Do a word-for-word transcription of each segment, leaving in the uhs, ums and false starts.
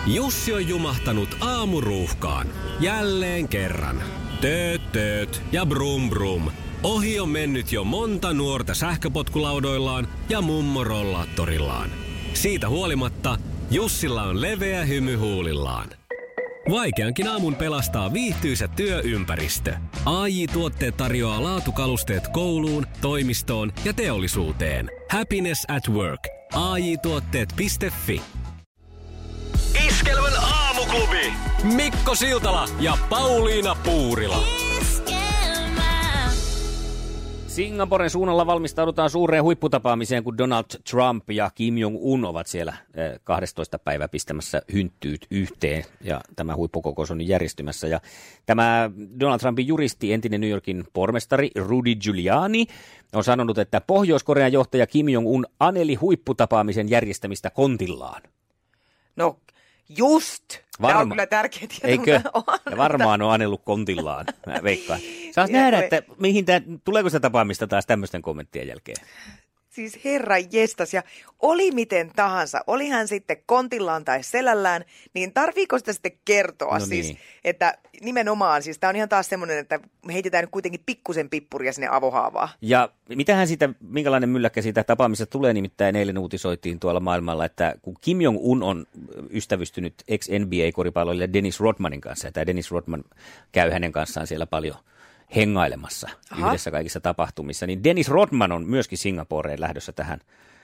Jussi on jumahtanut aamuruuhkaan. Jälleen kerran. Tööt, tööt ja brum brum. Ohi on mennyt jo monta nuorta sähköpotkulaudoillaan ja mummorollaattorillaan. Siitä huolimatta Jussilla on leveä hymy huulillaan. Vaikeankin aamun pelastaa viihtyisä työympäristö. A J-tuotteet tarjoaa laatukalusteet kouluun, toimistoon ja teollisuuteen. Happiness at work. A J tuotteet piste fi. Iskelmän aamuklubi. Mikko Siltala ja Pauliina Puurila. Singaporen suunnalla valmistaudutaan suureen huipputapaamiseen, kun Donald Trump ja Kim Jong-un ovat siellä kahdestoista päivä pistämässä hynttyyt yhteen. Ja tämä huippukokous on nyt järjestymässä. Ja tämä Donald Trumpin juristi, entinen New Yorkin pormestari Rudy Giuliani, on sanonut, että Pohjois-Korean johtaja Kim Jong-un aneli huipputapaamisen järjestämistä kontillaan. No just. Varma. Tämä on kyllä tärkeä tieto. Eikö? Ja varmaan on anellut kontillaan, mä veikkaan. Saas nähdä, että mihin tää, tuleeko sitä tapaamista taas tämmöisten kommenttien jälkeen? Siis herra jestas, ja oli miten tahansa, oli hän sitten kontillaan tai selällään, niin tarviiko sitä sitten kertoa? No siis, niin. että nimenomaan, siis tämä on ihan taas semmoinen, että heitetään nyt kuitenkin pikkusen pippuria sinne avohaavaan. Ja mitähän siitä, minkälainen mylläkkä siitä tapaamisesta tulee, nimittäin eilen uutisoitiin tuolla maailmalla, että kun Kim Jong-un on ystävystynyt ex-N B A-koripalloilija Dennis Rodmanin kanssa, ja tämä Dennis Rodman käy hänen kanssaan siellä paljon hengailemassa Aha. yhdessä kaikissa tapahtumissa, niin Dennis Rodman on myöskin Singaporeen lähdössä tähän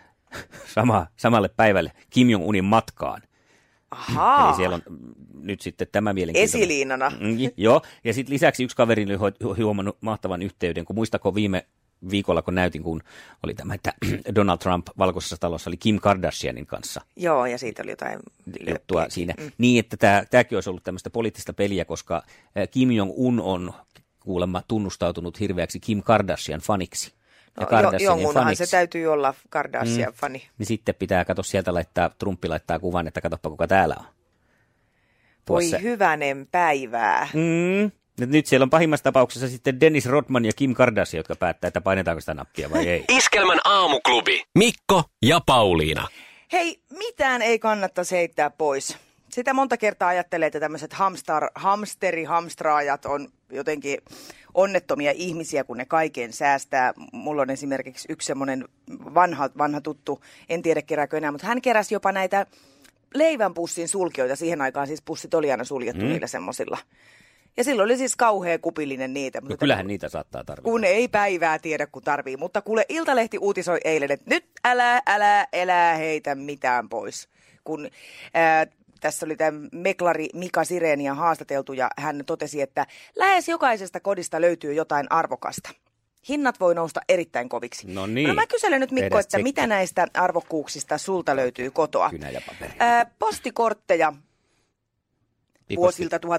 sama, samalle päivälle Kim Jong-unin matkaan. Ahaa. Eli siellä on nyt sitten tämä mielenkiintoinen. Esiliinana. Mm, joo, ja sitten lisäksi yksi kaveri oli huomannut mahtavan yhteyden, kun muistako viime viikolla, kun näytin, kun oli tämä, että Donald Trump Valkoisessa talossa oli Kim Kardashianin kanssa. Joo, ja siitä oli jotain juttua siinä. Mm. Niin, että tämä, tämäkin olisi ollut tämmöistä poliittista peliä, koska Kim Jong-un on kuulemma tunnustautunut hirveäksi Kim Kardashian faniksi. No, Jong-unhan se täytyy olla Kardashian-fani. Mm. Niin sitten pitää, kato sieltä laittaa, Trumpi laittaa kuvan, että katoppa kuka täällä on. Tuossa. Voi hyvänen päivää. Mm. Nyt siellä on pahimmassa tapauksessa sitten Dennis Rodman ja Kim Kardashian, jotka päättää, että painetaanko sitä nappia vai ei. Iskelmän aamuklubi. Mikko ja Pauliina. Hei, mitään ei kannattaisi heittää pois. Sitä monta kertaa ajattelee, että tämmöiset hamster, hamsteri, hamstraajat on jotenkin onnettomia ihmisiä, kun ne kaiken säästää. Mulla on esimerkiksi yksi semmoinen vanha, vanha tuttu, en tiedä kerääkö enää, mutta hän keräsi jopa näitä leivänpussin sulkijoita. Siihen aikaan siis pussit oli aina suljettu mm. niillä semmosilla. Ja silloin oli siis kauhea kupillinen niitä. No kyllähän kun, niitä saattaa tarvita. Kun ei päivää tiedä, kun tarvii. Mutta kuule, Iltalehti uutisoi eilen, että nyt älä, älä, älä heitä mitään pois. Kun ää, tässä oli tämä meklari Mika Sireniä haastateltu ja hän totesi, että lähes jokaisesta kodista löytyy jotain arvokasta. Hinnat voi nousta erittäin koviksi. No niin. No mä kyselen nyt Mikko, että mitä näistä arvokkuuksista sulta löytyy kotoa? Kynä ja paperi. Ää, postikortteja. Vuosilta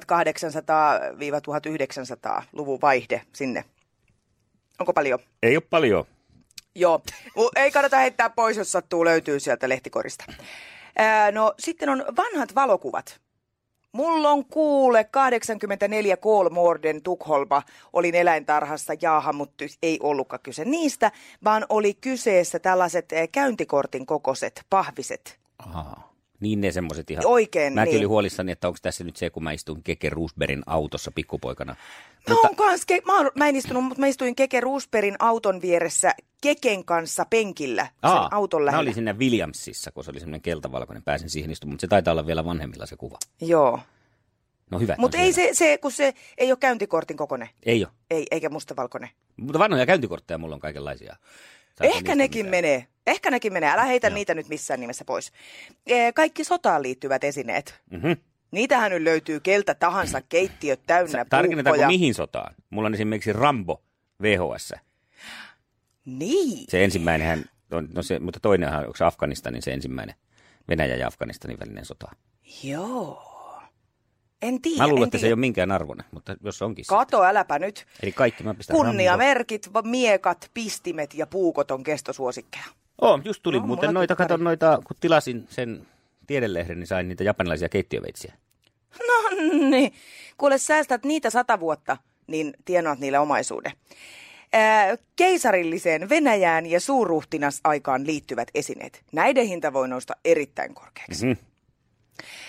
tuhatkahdeksansataa–tuhatyhdeksänsataa-luvun vaihde sinne. Onko paljon? Ei ole paljon. Joo. Ei kannata heittää pois, jos sattuu löytyy sieltä lehtikorista. Ää, no sitten on vanhat valokuvat. Mulla on kuule kahdeksankymmentäneljä Kolmården Tukholma. Olin eläintarhassa, jaaha, mutta ei ollutkaan kyse niistä, vaan oli kyseessä tällaiset käyntikortin kokoiset pahviset. Aha. Niin ne semmoiset ihan. Oikein Mäkin niin. olin huolissani, että onko tässä nyt se, kun mä istuin Keke Roosbergin autossa pikkupoikana. Mä, mutta... kans, mä, oon, mä en istunut, mutta mä istuin Keke Roosbergin auton vieressä Keken kanssa penkillä Aa, sen auton lähellä. Mä olin siinä Williamsissa, kun se oli semmoinen keltavalkoinen, pääsin siihen istumaan, mutta se taitaa olla vielä vanhemmilla se kuva. Joo. No hyvä. Mutta ei se, se, kun se ei ole käyntikortin kokoinen. Ei ole. Ei, eikä mustavalkoinen. Mutta vanhoja käyntikortteja mulla on kaikenlaisia. Saat Ehkä nekin mitään. menee. Ehkä nekin menee. Älä heitä no. niitä nyt missään nimessä pois. Kaikki sotaan liittyvät esineet. Mm-hmm. Niitähän nyt löytyy keltä tahansa, keittiöt täynnä, tarkennetaanko mihin sotaan? Mulla on esimerkiksi Rambo V H S. Niin. Se ensimmäinenhän, on, no se, mutta toinenhan, onko se Afganistanin se ensimmäinen Venäjä ja Afganistanin välinen sota? Joo. En tiedä. Mä luulen, en että tiedä. se ei ole minkään arvoinen, mutta jos onkin Kato, sitten. äläpä nyt. Eli kaikki mä pistän kunniamerkit, miekat, pistimet ja puukot on kestosuosikkeja. Oo, just tuli no, muuten noita, katon noita, kun tilasin sen tiedelehden, niin sain niitä japanilaisia keittiöveitsiä. No niin, kuule säästät niitä sata vuotta, niin tienaat niille omaisuuden. Ää, keisarilliseen Venäjään ja suurruhtinasaikaan liittyvät esineet. Näiden hinta voi nousta erittäin korkeaksi. Mm-hmm.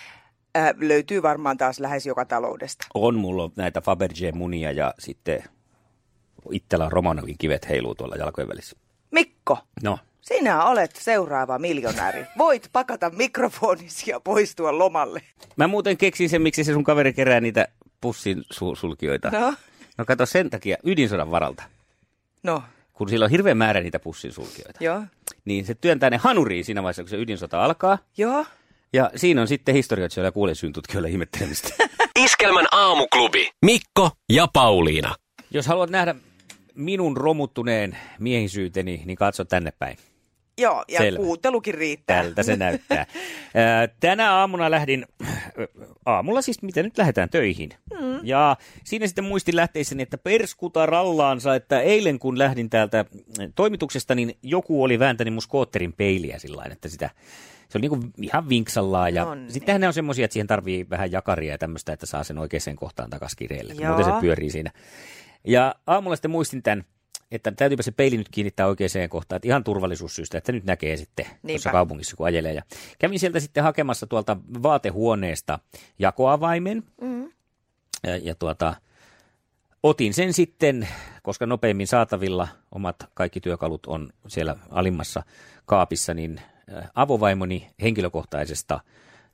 Äh, löytyy varmaan taas lähes joka taloudesta. On, mulla on näitä Fabergé-munia ja sitten itsellä Romanovin kivet heiluu tuolla jalkojen välissä. Mikko, No. sinä olet seuraava miljonääri. Voit pakata mikrofonisi ja poistua lomalle. Mä muuten keksin sen, miksi se sun kaveri kerää niitä pussin su- sulkijoita. No, No kato sen takia ydinsodan varalta, no, kun sillä on hirveä määrä niitä pussin sulkijoita. joo, Niin se työntää ne hanuriin siinä vaiheessa, kun se ydinsota alkaa. joo. Ja siinä on sitten historioitsijoilla ja kuulesyntutkijoilla ihmettelemistä. Iskelmän aamuklubi. Mikko ja Pauliina. Jos haluat nähdä minun romuttuneen miehisyyteni, niin katso tänne päin. Joo, ja Selvä. kuuntelukin riittää. Tältä se näyttää. Ää, Tänä aamuna lähdin, aamulla siis miten nyt lähdetään töihin. Mm. Ja siinä sitten muistin lähteissäni, että perskuta rallaansa, että eilen kun lähdin täältä toimituksesta, niin joku oli vääntänyt mun skootterin peiliä sillain, että sitä, se oli niinku ihan vinksallaan. Ja Nonni. sittenhän ne on semmoisia, että siihen tarvii vähän jakaria ja tämmöistä, että saa sen oikeaan kohtaan takas kireelle. Joo. Muuten se pyörii siinä. Ja aamulla sitten muistin tämän, että täytyypä se peili nyt kiinnittää oikeaan kohtaan, että ihan turvallisuussyistä, että nyt näkee sitten tuossa kaupungissa, kun ajelee. Ja kävin sieltä sitten hakemassa tuolta vaatehuoneesta jakoavaimen, mm. ja, ja tuota, otin sen sitten, koska nopeimmin saatavilla omat kaikki työkalut on siellä alimmassa kaapissa, niin avovaimoni henkilökohtaisesta ä,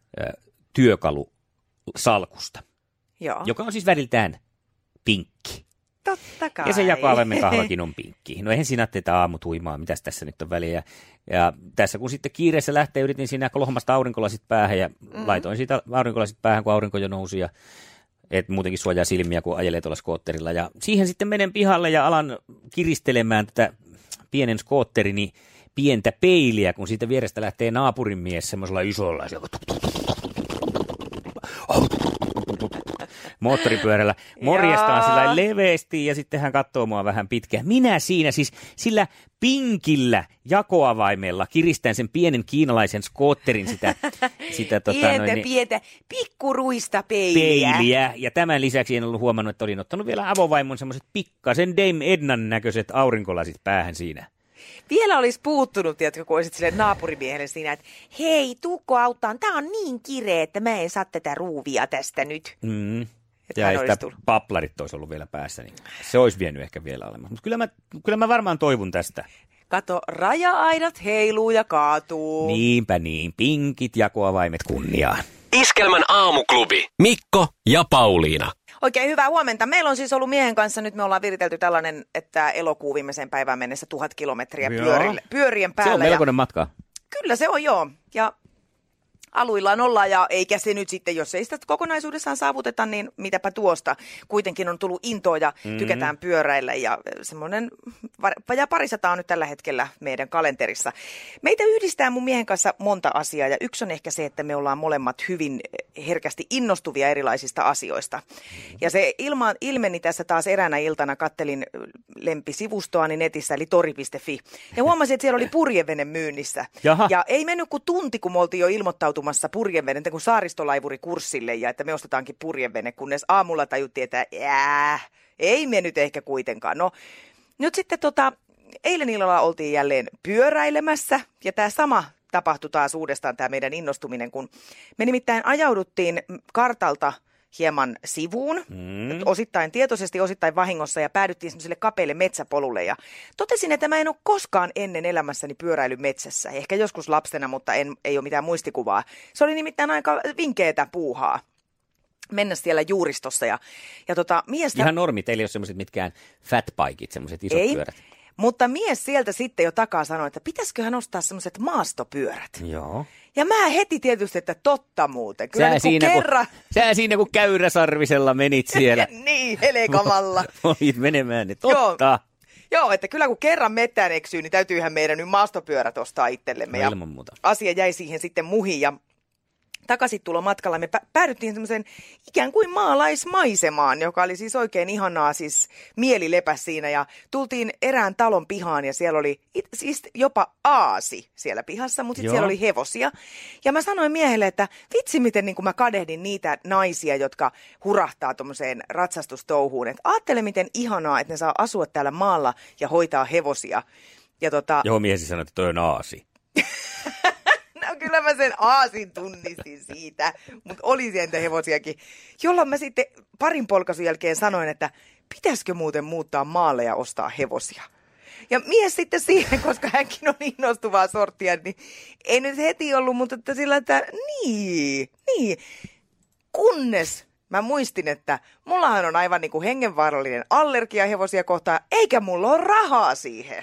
työkalusalkusta, Joo, joka on siis väriltään pinkki. totta kai. Ja se jakoavaimen kahvakin on pinkki. No eihän sinä tätä aamutuimaa, mitäs tässä nyt on väliä. Ja tässä kun sitten kiireessä lähtee, yritin siinä kolmasta aurinkolasit päähän ja mm. laitoin siitä aurinkolasit päähän, kun aurinko jo nousi ja et muutenkin suojaa silmiä, kun ajelee tuolla skootterilla. Ja siihen sitten menen pihalle ja alan kiristelemään tätä pienen skootterini pientä peiliä, kun siitä vierestä lähtee naapurin mies semmoisella isolla moottoripyörällä morjestaan sillä leveästi ja sitten hän katsoo mua vähän pitkään. Minä siinä siis sillä pinkillä jakoavaimella kiristän sen pienen kiinalaisen skootterin sitä, sitä tota, pientä, noin, pientä, pikkuruista peiliä. peiliä. Ja tämän lisäksi en ollut huomannut, että olin ottanut vielä avovaimon semmoiset pikkasen Dame Ednan näköiset aurinkolasit päähän siinä. Vielä olisi puuttunut, tiedätkö, kun olisit sille naapurimiehelle siinä, että hei, tuukko auttaan, tää on niin kireä, että mä en saa tätä ruuvia tästä nyt. Mm. Että Ja hän ei olisi sitä tullut. paplarit olisi ollut vielä päässä, niin se olisi vienyt ehkä vielä olemassa. Mutta kyllä mä, kyllä mä varmaan toivon tästä. Kato, raja-aidat heiluu ja kaatuu. Niinpä niin, pinkit jakoavaimet kunniaan. Iskelmän aamuklubi. Mikko ja Pauliina. Oikein hyvää huomenta. Meillä on siis ollut miehen kanssa, nyt me ollaan viritelty tällainen, että elokuun viimeiseen päivään mennessä tuhat kilometriä pyörille, pyörien päällä. Se on melkoinen ja matka. Kyllä se on, joo. Ja aluillaan ollaan, ja eikä se nyt sitten, jos ei sitä kokonaisuudessaan saavuteta, niin mitäpä tuosta. Kuitenkin on tullut intoa ja mm-hmm. tykätään pyöräillä, ja semmoinen vajaa parisataa on nyt tällä hetkellä meidän kalenterissa. Meitä yhdistää mun miehen kanssa monta asiaa, ja yksi on ehkä se, että me ollaan molemmat hyvin herkästi innostuvia erilaisista asioista. Ja se ilma, ilmeni tässä taas eräänä iltana, kattelin lempisivustoani netissä, eli tori piste fi, ja huomasin, että siellä oli purjevene myynnissä. Jaha. Ja ei mennyt kuin tunti, kun me oltiin jo ilmoittautumassa purjevenettä kuin saaristolaivurikurssille ja että me ostetaankin purjevene, kunnes aamulla tajuttiin, että jää, ei me nyt ehkä kuitenkaan. No nyt sitten tota, eilen illalla oltiin jälleen pyöräilemässä ja tämä sama tapahtui taas uudestaan tämä meidän innostuminen, kun me nimittäin ajauduttiin kartalta hieman sivuun, mm. osittain tietoisesti, osittain vahingossa ja päädyttiin semmoiselle kapeille metsäpolulle ja totesin, että mä en ole koskaan ennen elämässäni pyöräily metsässä, ehkä joskus lapsena, mutta en, ei ole mitään muistikuvaa. Se oli nimittäin aika vinkeetä puuhaa mennä siellä juuristossa ja, ja tota, miestä... Ihan normi, teillä ei ole semmoiset mitkään fatbikeit, semmoiset isot ei. pyörät. Mutta mies sieltä sitten jo takaa sanoi, että pitäisiköhän ostaa semmoiset maastopyörät. Joo. Ja mä heti tietysti, että totta muuten. Kyllä Sä, nyt, kun siinä, kerran... kun, sä siinä kun käyräsarvisella menit siellä. niin, helekamalla. Voit menemään, niin totta. Joo. Joo, että kyllä kun kerran mettään eksyy, niin täytyyhän meidän nyt maastopyörät ostaa itsellemme. No, ilman muuta. Asia jäi siihen sitten muihin ja takaisin tulomatkalla me päädyttiin semmoiseen ikään kuin maalaismaisemaan, joka oli siis oikein ihanaa, siis mieli lepäsi siinä ja tultiin erään talon pihaan ja siellä oli it, siis jopa aasi siellä pihassa, mutta sitten siellä oli hevosia. Ja mä sanoin miehelle, että vitsi miten niin kuin mä kadehdin niitä naisia, jotka hurahtaa tuommoiseen ratsastustouhuun, että ajattele miten ihanaa, että ne saa asua täällä maalla ja hoitaa hevosia. Ja tota... Joo, miehesi sanoi, että toi on aasi. No Kyllä mä sen aasin tunnistin siitä, mutta oli sieltä hevosiakin, jolloin mä sitten parin polkaisun jälkeen sanoin, että pitäisikö muuten muuttaa maalle ja ostaa hevosia. Ja mies sitten siihen, koska hänkin on innostuvaa sorttia, niin ei nyt heti ollut, mutta että sillä, että niin, niin. Kunnes mä muistin, että mullahan on aivan niin kuin hengenvaarallinen allergia hevosia kohtaan, eikä mulla ole rahaa siihen.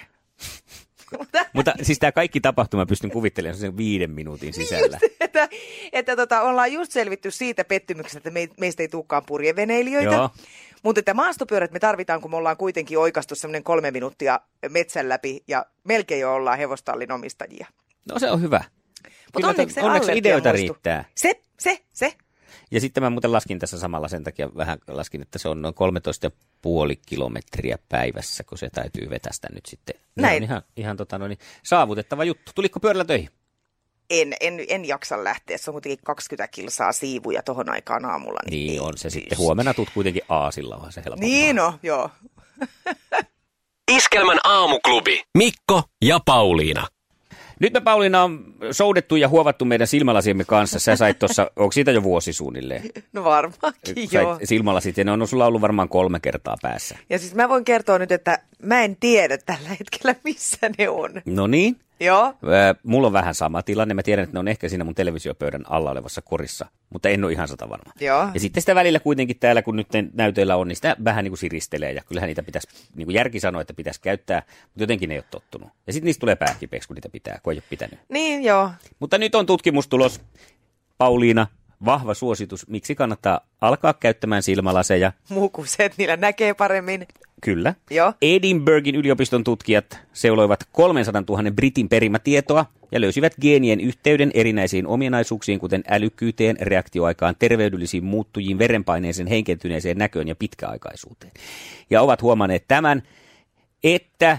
Mutta siis tämä kaikki tapahtuma pystyn kuvittelemaan sen viiden minuutin sisällä. Just, että että tota, ollaan just selvitty siitä pettymyksestä, että me, meistä ei tulekaan purjeveneilijöitä. Joo. Mutta että maastopyörät me tarvitaan, kun me ollaan kuitenkin oikastu semmoinen kolme minuuttia metsän läpi ja melkein jo ollaan hevostallin omistajia. No se on hyvä. Mutta onneksi se onneksi ideoita muistu. riittää. Se, se, se. Ja sitten mä muuten laskin tässä samalla sen takia vähän laskin, että se on noin kolmetoista pilkku viisi kilometriä päivässä, kun se täytyy vetästä nyt sitten. Näin. On ihan, ihan tota noin, saavutettava juttu. Tuliko pyörällä töihin? En, en, en jaksa lähteä. Se on kuitenkin kaksikymmentä kilsaa siivuja tohon aikaan aamulla. Niin, niin on se sitten. Huomenna tuut kuitenkin aasilla, onhan se helpompaa. Niin no, joo. Iskelmän aamuklubi. Mikko ja Pauliina. Nyt me Pauliina on soudettu ja huovattu meidän silmälasiemme kanssa. Sä sait tuossa, onko siitä jo vuosi suunnilleen? No varmaankin, Sait joo. silmälasit ja ne on sulla ollut varmaan kolme kertaa päässä. Ja siis mä voin kertoa nyt, että mä en tiedä tällä hetkellä, missä ne on. No niin. Joo. Äh, mulla on vähän sama tilanne. Mä tiedän, että ne on ehkä siinä mun televisiopöydän alla olevassa korissa, mutta en ole ihan sata varma. Joo. Ja sitten sitä välillä kuitenkin täällä, kun nyt näytöillä on, niin sitä vähän niin kuin siristelee. Ja kyllähän niitä pitäisi, niin kuin järki sanoo, että pitäisi käyttää, mutta jotenkin ne ei ole tottunut. Ja sitten niistä tulee pääkipeäksi, kun niitä pitää, kun ei ole pitänyt. Niin, joo. Mutta nyt on tutkimustulos. Pauliina, vahva suositus. Miksi kannattaa alkaa käyttämään silmälaseja? Muu kuin se, että niillä näkee paremmin. Kyllä. Joo. Edinburghin yliopiston tutkijat seuloivat kolmesataa tuhatta britin perimätietoa ja löysivät geenien yhteyden erinäisiin ominaisuuksiin, kuten älykkyyteen, reaktioaikaan, terveydellisiin muuttujiin, verenpaineeseen, heikentyneeseen näköön ja pitkäaikaisuuteen. Ja ovat huomanneet tämän, että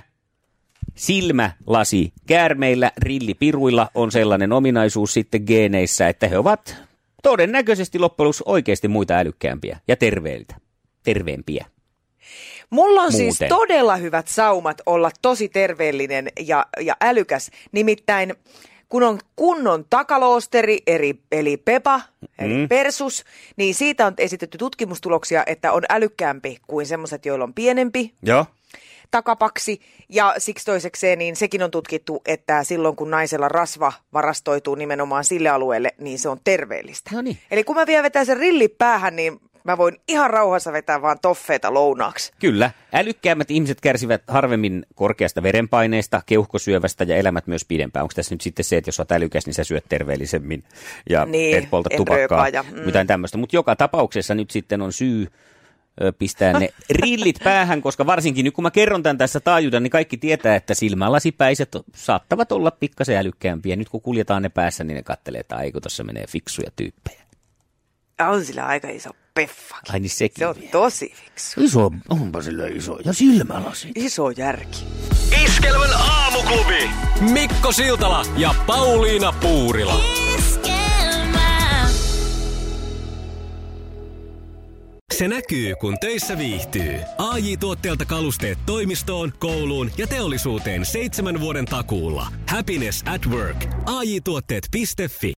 silmälasi käärmeillä, rillipiruilla on sellainen ominaisuus sitten geeneissä, että he ovat todennäköisesti loppujen lopuksi oikeasti muita älykkäämpiä ja terveiltä, terveempiä. Mulla on Muuten. siis todella hyvät saumat olla tosi terveellinen ja, ja älykäs. Nimittäin kun on kunnon takaloosteri, eri, eli pepa, eli Mm. persus, niin siitä on esitetty tutkimustuloksia, että on älykkäämpi kuin semmoiset, joilla on pienempi Joo. takapaksi. Ja siksi toisekseen, niin sekin on tutkittu, että silloin kun naisella rasva varastoituu nimenomaan sille alueelle, niin se on terveellistä. No niin. Eli kun mä vielä vetän sen rilli päähän, niin mä voin ihan rauhassa vetää vaan toffeita lounaaksi. Kyllä. Älykkäämmät ihmiset kärsivät harvemmin korkeasta verenpaineesta, keuhkosyövästä ja elämät myös pidempään. Onko tässä nyt sitten se, että jos olet älykäs, niin sä syöt terveellisemmin ja Niin, et polta et tupakkaa, röökaa ja, mm. mitään tämmöistä. Mutta joka tapauksessa nyt sitten on syy ö, pistää ne rillit päähän, koska varsinkin nyt kun mä kerron tämän tässä taajuudan, niin kaikki tietää, että silmälasipäiset saattavat olla pikkasen älykkäämpiä. Nyt kun kuljetaan ne päässä, niin ne kattelee, että aiku tuossa menee fiksuja tyyppejä. On sillä aika iso peffakin. Ai niin sekin Se on vielä. tosi fiksu. Iso, onpa sillä iso. Ja silmälasi. Iso järki. Iskelmän aamuklubi. Mikko Siltala ja Pauliina Puurila. Se näkyy, kun töissä viihtyy. A J-tuotteelta kalusteet toimistoon, kouluun ja teollisuuteen seitsemän vuoden takuulla. Happiness at work. A J tuotteet piste fi